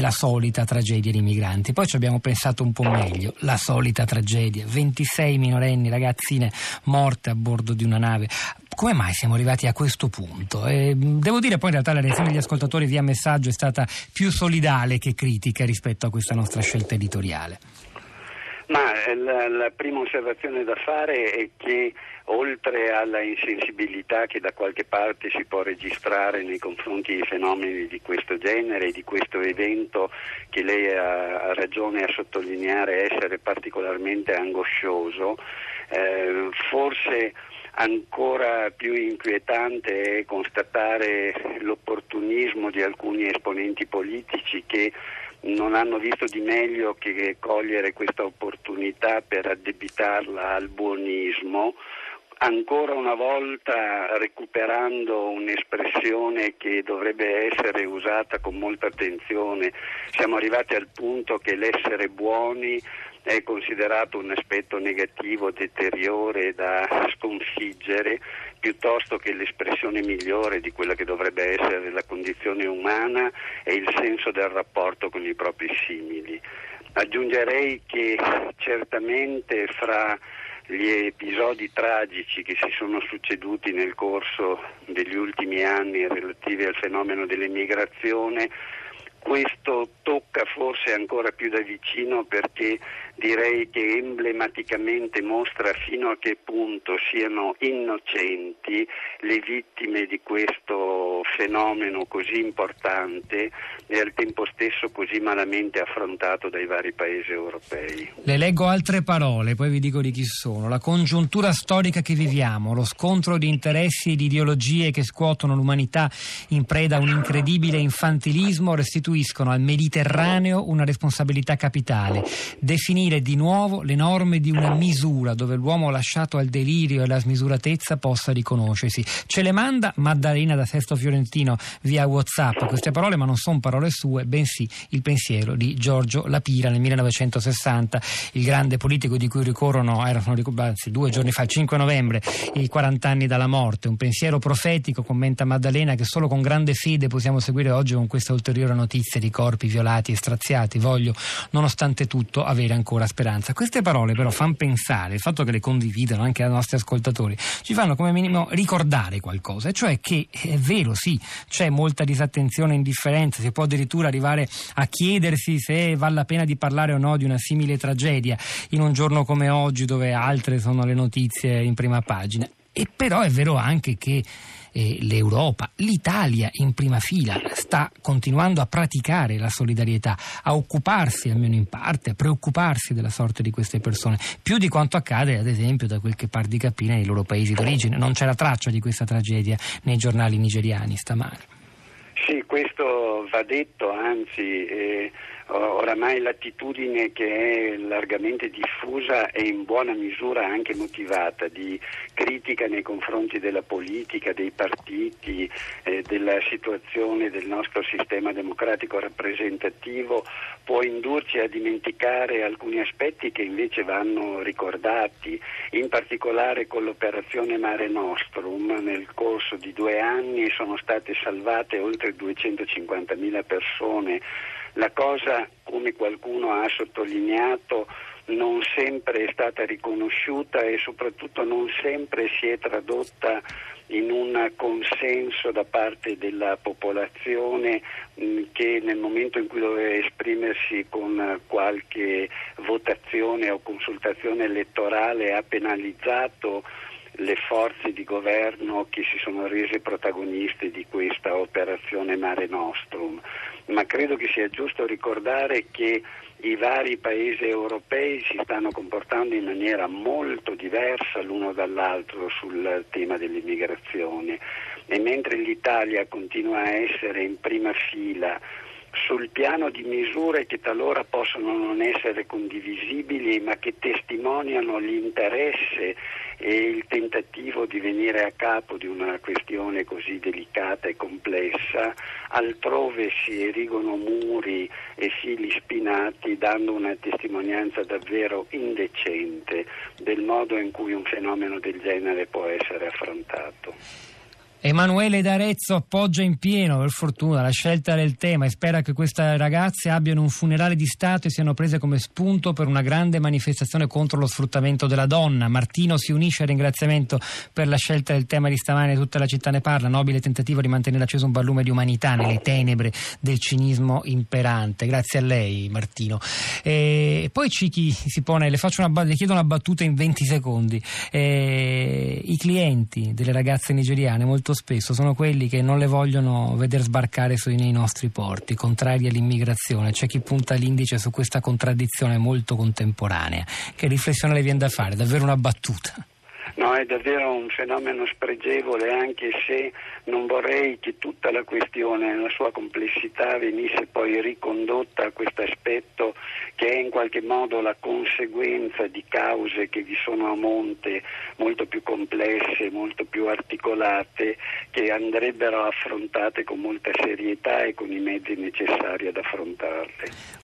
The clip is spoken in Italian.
la solita tragedia di migranti. Poi ci abbiamo pensato un po' meglio, la solita tragedia, 26 minorenni ragazzine morte a bordo di una nave. Come mai siamo arrivati a questo punto? Devo dire poi in realtà la reazione degli ascoltatori via messaggio è stata più solidale che critica rispetto a questa nostra scelta editoriale. Ma la prima osservazione da fare è che oltre alla insensibilità che da qualche parte si può registrare nei confronti di fenomeni di questo genere, di questo evento che lei ha ragione a sottolineare essere particolarmente angoscioso, forse ancora più inquietante è constatare l'opportunismo di alcuni esponenti politici che non hanno visto di meglio che cogliere questa opportunità per addebitarla al buonismo, ancora una volta recuperando un'espressione che dovrebbe essere usata con molta attenzione. Siamo arrivati al punto che l'essere buoni è considerato un aspetto negativo, deteriore da sconfiggere, piuttosto che l'espressione migliore di quella che dovrebbe essere la condizione umana e il senso del rapporto con i propri simili. Aggiungerei che certamente fra gli episodi tragici che si sono succeduti nel corso degli ultimi anni relativi al fenomeno dell'immigrazione, questo tocca forse ancora più da vicino perché direi che emblematicamente mostra fino a che punto siano innocenti le vittime di questo fenomeno così importante e al tempo stesso così malamente affrontato dai vari paesi europei. Le leggo altre parole, poi vi dico di chi sono. La congiuntura storica che viviamo, lo scontro di interessi e di ideologie che scuotono l'umanità in preda a un incredibile infantilismo restituiscono al Mediterraneo una responsabilità capitale: definire di nuovo le norme di una misura dove l'uomo lasciato al delirio e alla smisuratezza possa riconoscersi. Ce le manda Maddalena da Sesto Fiorentino via WhatsApp queste parole, ma non sono parole sue, bensì il pensiero di Giorgio La Pira nel 1960, il grande politico di cui erano 2 giorni fa, il 5 novembre, i 40 anni dalla morte. Un pensiero profetico, commenta Maddalena, che solo con grande fede possiamo seguire oggi con questa ulteriore notizia di corpi violati e straziati. Voglio, nonostante tutto, avere ancora speranza. Queste parole però fanno pensare, il fatto che le condividano anche ai nostri ascoltatori, ci fanno come minimo ricordare qualcosa, e cioè che è vero, sì, c'è molta disattenzione e indifferenza, si può addirittura arrivare a chiedersi se vale la pena di parlare o no di una simile tragedia in un giorno come oggi dove altre sono le notizie in prima pagina. E però è vero anche che l'Europa, l'Italia in prima fila, sta continuando a praticare la solidarietà, a occuparsi almeno in parte, a preoccuparsi della sorte di queste persone, più di quanto accade ad esempio da quel che par di capire nei loro paesi d'origine. Non c'è la traccia di questa tragedia nei giornali nigeriani stamane. Sì, questo va detto, anzi oramai l'attitudine che è largamente diffusa e in buona misura anche motivata di critica nei confronti della politica, dei partiti, della situazione del nostro sistema democratico rappresentativo può indurci a dimenticare alcuni aspetti che invece vanno ricordati, in particolare con l'operazione Mare Nostrum. Nel corso di 2 anni sono state salvate oltre 250.000 persone. La cosa, come qualcuno ha sottolineato, non sempre è stata riconosciuta e soprattutto non sempre si è tradotta in un consenso da parte della popolazione che nel momento in cui doveva esprimersi con qualche votazione o consultazione elettorale ha penalizzato le forze di governo che si sono rese protagoniste di questa operazione Mare Nostrum. Ma credo che sia giusto ricordare che i vari paesi europei si stanno comportando in maniera molto diversa l'uno dall'altro sul tema dell'immigrazione, e mentre l'Italia continua a essere in prima fila sul piano di misure che talora possono non essere condivisibili ma che testimoniano l'interesse e il tentativo di venire a capo di una questione così delicata e complessa, altrove si erigono muri e fili spinati dando una testimonianza davvero indecente del modo in cui un fenomeno del genere può essere affrontato. Emanuele d'Arezzo appoggia in pieno, per fortuna, la scelta del tema e spera che queste ragazze abbiano un funerale di Stato e siano prese come spunto per una grande manifestazione contro lo sfruttamento della donna. Martino si unisce al ringraziamento per la scelta del tema di stamane, tutta la città ne parla, nobile tentativo di mantenere acceso un barlume di umanità nelle tenebre del cinismo imperante. Grazie a lei, Martino. E poi Cicchi si pone, le chiedo una battuta in 20 secondi. I clienti delle ragazze nigeriane molto spesso sono quelli che non le vogliono vedere sbarcare nei nostri porti, contrari all'immigrazione. C'è chi punta l'indice su questa contraddizione molto contemporanea. Che riflessione le viene da fare? Davvero una battuta. No, è davvero un fenomeno spregevole, anche se non vorrei che tutta la questione nella sua complessità venisse poi ricondotta a questo aspetto che è in qualche modo la conseguenza di cause che vi sono a monte, molto più complesse, molto più articolate, che andrebbero affrontate con molta serietà e con i mezzi necessari ad affrontarle.